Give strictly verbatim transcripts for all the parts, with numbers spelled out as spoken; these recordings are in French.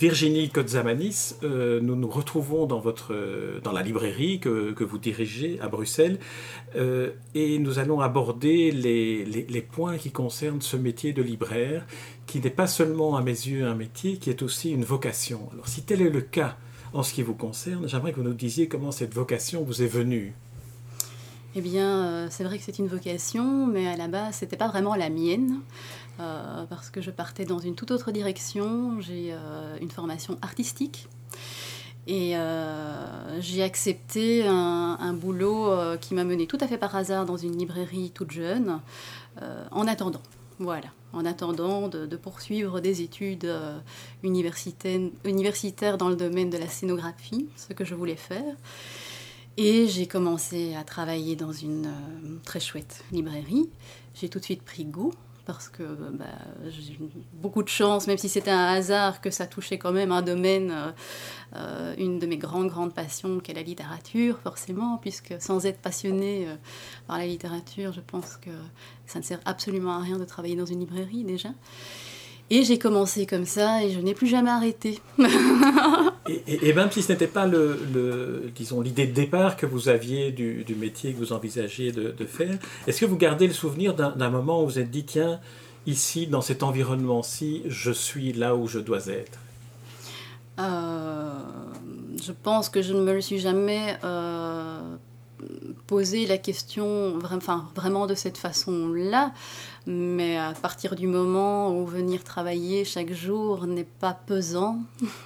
Virginie Kotzamanis, euh, nous nous retrouvons dans, votre, dans la librairie que, que vous dirigez à Bruxelles euh, et nous allons aborder les, les, les points qui concernent ce métier de libraire qui n'est pas seulement à mes yeux un métier, qui est aussi une vocation. Alors si tel est le cas en ce qui vous concerne, j'aimerais que vous nous disiez comment cette vocation vous est venue. Eh bien, euh, c'est vrai que c'est une vocation, mais à la base, c'était pas vraiment la mienne, euh, parce que je partais dans une toute autre direction. J'ai euh, une formation artistique, et euh, j'ai accepté un, un boulot euh, qui m'a menée tout à fait par hasard dans une librairie toute jeune, euh, en attendant. Voilà, en attendant de, de poursuivre des études euh, universitaires, universitaires dans le domaine de la scénographie, ce que je voulais faire. Et j'ai commencé à travailler dans une euh, très chouette librairie. J'ai tout de suite pris goût parce que bah, j'ai eu beaucoup de chance, même si c'était un hasard, que ça touchait quand même un domaine, euh, euh, une de mes grandes, grandes passions, qu'est la littérature, forcément, puisque sans être passionnée euh, par la littérature, je pense que ça ne sert absolument à rien de travailler dans une librairie déjà. Et j'ai commencé comme ça et je n'ai plus jamais arrêté. et, et, et même si ce n'était pas le, le, disons, l'idée de départ que vous aviez du, du métier que vous envisagiez de, de faire, est-ce que vous gardez le souvenir d'un, d'un moment où vous vous êtes dit, tiens, ici, dans cet environnement-ci, je suis là où je dois être? euh, Je pense que je ne me le suis jamais euh, posé la question enfin, vraiment de cette façon-là. Mais à partir du moment où venir travailler chaque jour n'est pas pesant,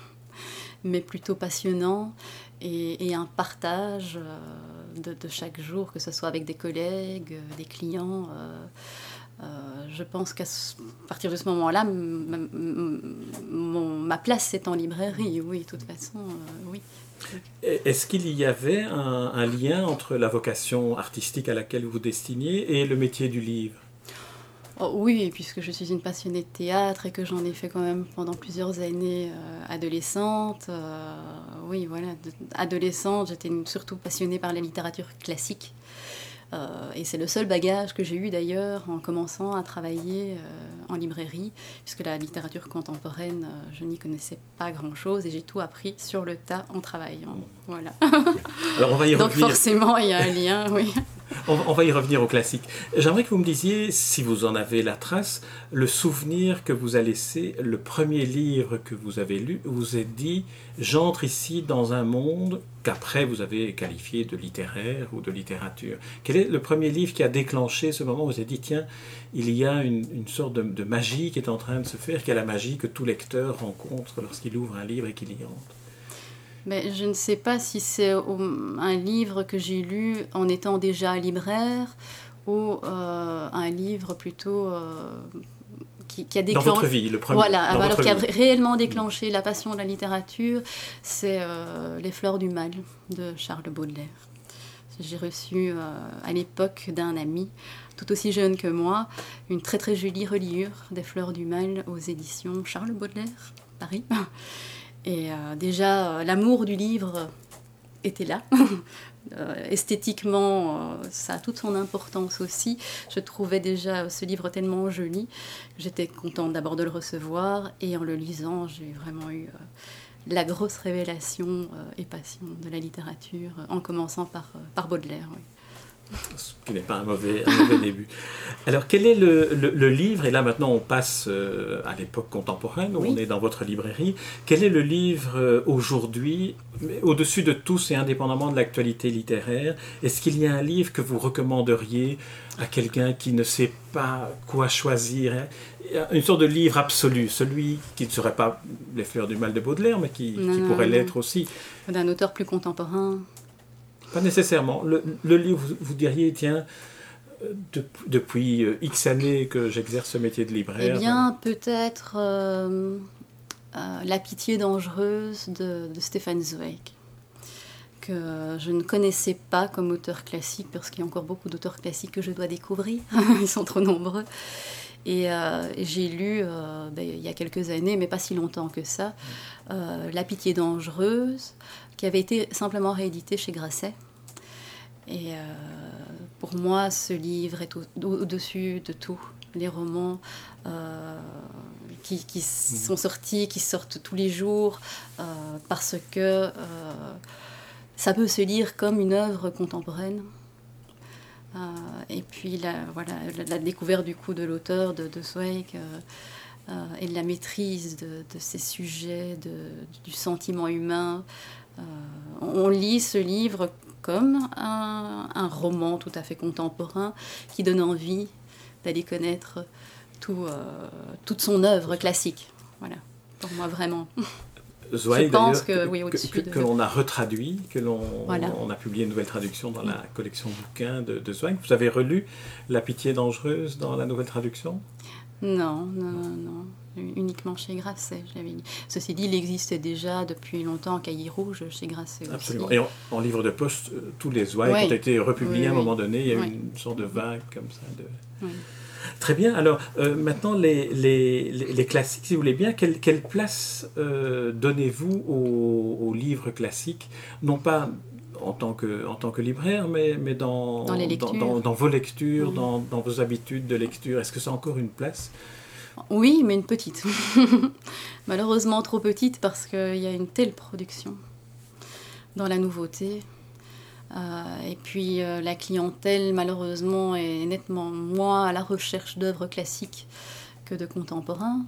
mais plutôt passionnant, et, et un partage de, de chaque jour, que ce soit avec des collègues, des clients, euh, euh, je pense qu'à partir de ce moment-là, m- m- mon, ma place est en librairie, oui, de toute façon, euh, oui. Est-ce qu'il y avait un, un lien entre la vocation artistique à laquelle vous vous destiniez et le métier du livre? Oh, oui, puisque je suis une passionnée de théâtre et que j'en ai fait quand même pendant plusieurs années euh, adolescente. Euh, oui, voilà, de, adolescente, j'étais surtout passionnée par la littérature classique. Euh, et c'est le seul bagage que j'ai eu d'ailleurs en commençant à travailler euh, en librairie, puisque la littérature contemporaine, euh, je n'y connaissais pas grand-chose et j'ai tout appris sur le tas en travaillant. Voilà. Alors on va y Donc revenir. forcément, il y a un lien, oui. On, on va y revenir au classique. J'aimerais que vous me disiez, si vous en avez la trace, le souvenir que vous a laissé le premier livre que vous avez lu, où vous êtes dit « j'entre ici dans un monde » qu'après vous avez qualifié de littéraire ou de littérature. Quel est le premier livre qui a déclenché ce moment où vous avez dit « tiens, il y a une, une sorte de, de magie qui est en train de se faire, qui est la magie que tout lecteur rencontre lorsqu'il ouvre un livre et qu'il y entre ». Mais je ne sais pas si c'est un livre que j'ai lu en étant déjà libraire ou euh, un livre plutôt euh, qui, qui a déclenché... Dans votre vie, le premier. Voilà, alors qui a vie. réellement déclenché la passion de la littérature, c'est euh, Les Fleurs du Mal de Charles Baudelaire. J'ai reçu euh, à l'époque d'un ami, tout aussi jeune que moi, une très très jolie reliure des Fleurs du Mal aux éditions Charles Baudelaire, Paris. Et euh, déjà, euh, l'amour du livre était là. euh, esthétiquement, euh, ça a toute son importance aussi. Je trouvais déjà ce livre tellement joli. J'étais contente d'abord de le recevoir. Et en le lisant, j'ai vraiment eu euh, la grosse révélation euh, et passion de la littérature, euh, en commençant par, euh, par Baudelaire. Oui. Ce qui n'est pas un mauvais, un mauvais début. Alors, quel est le, le, le livre, et là maintenant on passe euh, à l'époque contemporaine, où oui. on est dans votre librairie, quel est le livre euh, aujourd'hui, au-dessus de tous et indépendamment de l'actualité littéraire, est-ce qu'il y a un livre que vous recommanderiez à quelqu'un qui ne sait pas quoi choisir, hein? Une sorte de livre absolu, celui qui ne serait pas Les Fleurs du Mal de Baudelaire, mais qui, non, qui non, pourrait non. l'être aussi. D'un auteur plus contemporain. Pas nécessairement. Le, le livre, vous, vous diriez, tiens, de, depuis X années que j'exerce ce métier de libraire. Eh bien, euh... peut-être euh, euh, La Pitié dangereuse de, de Stefan Zweig, que je ne connaissais pas comme auteur classique, parce qu'il y a encore beaucoup d'auteurs classiques que je dois découvrir. Ils sont trop nombreux. Et euh, j'ai lu, euh, ben, il y a quelques années, mais pas si longtemps que ça, euh, La Pitié dangereuse, qui avait été simplement réédité chez Grasset. Et euh, pour moi, ce livre est au- au- au-dessus de tout. Les romans, euh, qui, qui sont sortis, qui sortent tous les jours, euh, parce que euh, ça peut se lire comme une œuvre contemporaine. Euh, et puis la, voilà, la, la découverte du coup de l'auteur, de, de Zweig, euh, euh, et de la maîtrise de, de ces sujets, de, du sentiment humain. Euh, on lit ce livre comme un, un roman tout à fait contemporain qui donne envie d'aller connaître tout, euh, toute son œuvre classique. Voilà, pour moi vraiment. Zweig, je pense que, que, oui, que, que, de... que l'on a retraduit, que l'on voilà. on a publié une nouvelle traduction dans la collection bouquins de, de Zweig. Vous avez relu La pitié dangereuse dans la nouvelle traduction? Non, non, non. Uniquement chez Grasset, j'avais dit. Ceci dit, il existait déjà depuis longtemps en cahier rouge chez Grasset aussi. Absolument. Et en, en livre de poche, tous les Zweig oui. ont été republiés oui, à un moment donné. Il y a eu oui. une sorte de vague comme ça. De... Oui. Très bien. Alors, euh, maintenant, les, les, les, les classiques, si vous voulez bien, quelle, quelle place euh, donnez-vous aux, aux livres classiques? Non pas en tant que, en tant que libraire, mais, mais dans, dans, les dans, dans, dans vos lectures, mmh. dans, dans vos habitudes de lecture. Est-ce que ça a encore une place? Oui, mais une petite. Malheureusement trop petite parce qu'il y a une telle production dans la nouveauté. Euh, et puis euh, la clientèle, malheureusement, est nettement moins à la recherche d'œuvres classiques que de contemporains.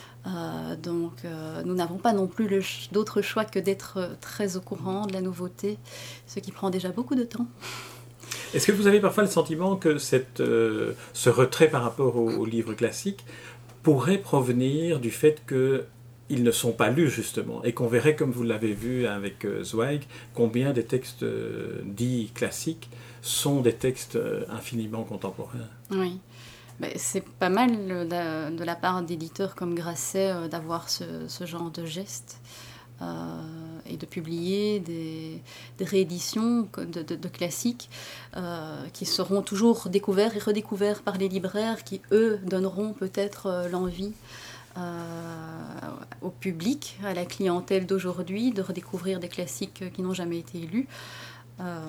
Euh, donc euh, nous n'avons pas non plus le ch- d'autre choix que d'être très au courant de la nouveauté, ce qui prend déjà beaucoup de temps. Est-ce que vous avez parfois le sentiment que cette, euh, ce retrait par rapport aux, aux livres classiques pourrait provenir du fait qu'ils ne sont pas lus, justement, et qu'on verrait, comme vous l'avez vu avec euh, Zweig, combien des textes euh, dits classiques sont des textes euh, infiniment contemporains? Oui. Ben, c'est pas mal de, de la part d'éditeurs comme Grasset euh, d'avoir ce, ce genre de geste euh, et de publier des, des rééditions de, de, de classiques euh, qui seront toujours découverts et redécouverts par les libraires qui, eux, donneront peut-être euh, l'envie euh, au public, à la clientèle d'aujourd'hui, de redécouvrir des classiques qui n'ont jamais été lus. Euh,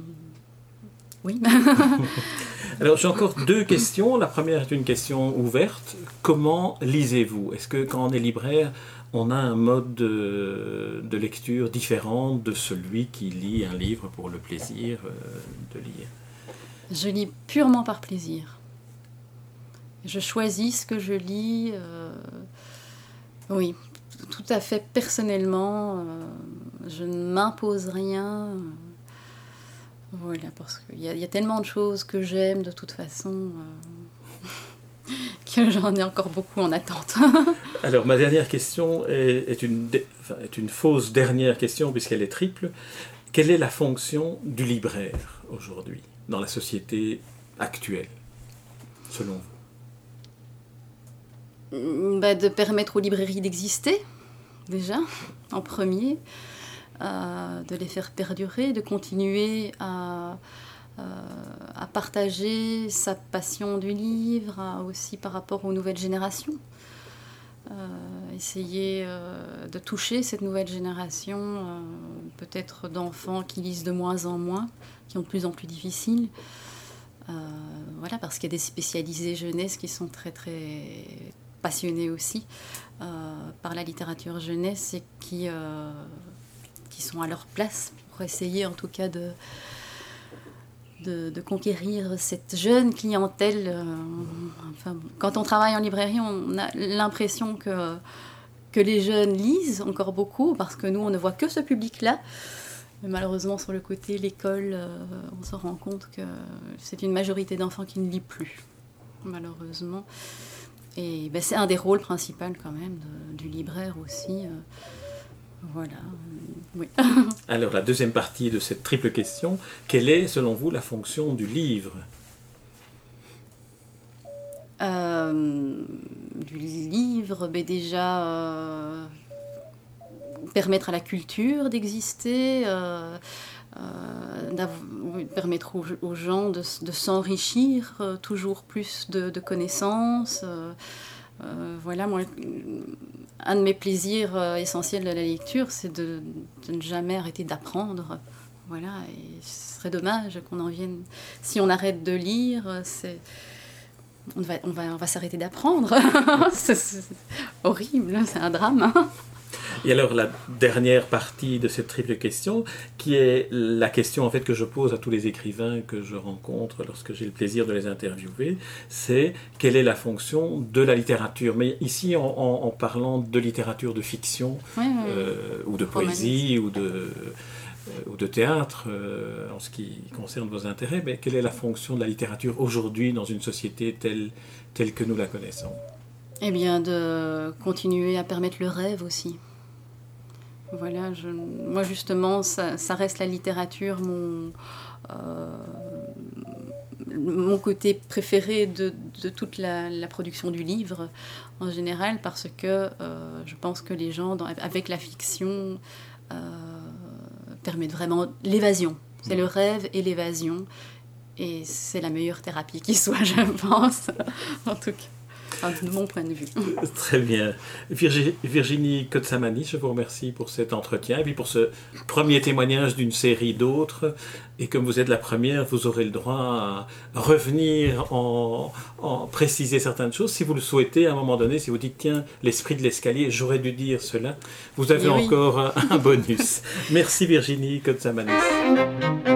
Oui. Alors, j'ai encore deux questions. La première est une question ouverte. Comment lisez-vous? Est-ce que quand on est libraire, on a un mode de, de lecture différent de celui qui lit un livre pour le plaisir euh, de lire? Je lis purement par plaisir. Je choisis ce que je lis. Euh, oui, tout à fait personnellement. Euh, je ne m'impose rien. Voilà, parce qu'il y, y a tellement de choses que j'aime de toute façon euh, que j'en ai encore beaucoup en attente. Alors, ma dernière question est, est, une, enfin, est une fausse dernière question puisqu'elle est triple. Quelle est la fonction du libraire aujourd'hui dans la société actuelle, selon vous? Bah, de permettre aux librairies d'exister, déjà, en premier. Euh, de les faire perdurer, de continuer à, euh, à partager sa passion du livre, à, aussi par rapport aux nouvelles générations. Euh, essayer euh, de toucher cette nouvelle génération, euh, peut-être d'enfants qui lisent de moins en moins, qui ont de plus en plus difficile. Euh, voilà, parce qu'il y a des spécialisés jeunesse qui sont très très passionnés aussi euh, par la littérature jeunesse et qui... Euh, qui sont à leur place pour essayer en tout cas de, de, de conquérir cette jeune clientèle. Euh, enfin, quand on travaille en librairie, on a l'impression que, que les jeunes lisent encore beaucoup parce que nous, on ne voit que ce public-là. Mais malheureusement, sur le côté, l'école, euh, on se rend compte que c'est une majorité d'enfants qui ne lit plus, malheureusement. Et ben, c'est un des rôles principaux quand même de, du libraire aussi. Euh, Voilà, oui. Alors, la deuxième partie de cette triple question, quelle est, selon vous, la fonction du livre? euh, Du livre, ben déjà, euh, permettre à la culture d'exister, euh, euh, permettre aux, aux gens de, de s'enrichir euh, toujours plus de, de connaissances. Euh, Euh, voilà, moi, un de mes plaisirs euh, essentiels de la lecture, c'est de, de ne jamais arrêter d'apprendre. Voilà, et ce serait dommage qu'on en vienne. Si on arrête de lire, c'est, on va, on va, on va s'arrêter d'apprendre. c'est, c'est, horrible, c'est un drame. Hein. Et alors la dernière partie de cette triple question, qui est la question en fait que je pose à tous les écrivains que je rencontre lorsque j'ai le plaisir de les interviewer, c'est quelle est la fonction de la littérature. Mais ici en, en, en parlant de littérature de fiction, oui, oui, euh, ou de poésie, ou de, euh, ou de théâtre, euh, en ce qui concerne vos intérêts, mais quelle est la fonction de la littérature aujourd'hui dans une société telle, telle que nous la connaissons? Eh bien, de continuer à permettre le rêve aussi. Voilà, je, moi justement, ça, ça reste la littérature, mon, euh, mon côté préféré de, de toute la, la production du livre en général, parce que euh, je pense que les gens, dans, avec la fiction, euh, permettent vraiment l'évasion. C'est le rêve et l'évasion, et c'est la meilleure thérapie qui soit, je pense, en tout cas. De mon point de vue. Très bien. Virginie Kotsamani, je vous remercie pour cet entretien et puis pour ce premier témoignage d'une série d'autres. Et comme vous êtes la première, vous aurez le droit à revenir en, en préciser certaines choses. Si vous le souhaitez, à un moment donné, si vous dites, tiens, l'esprit de l'escalier, j'aurais dû dire cela, vous avez oui. encore un, un bonus. Merci Virginie Kotsamani.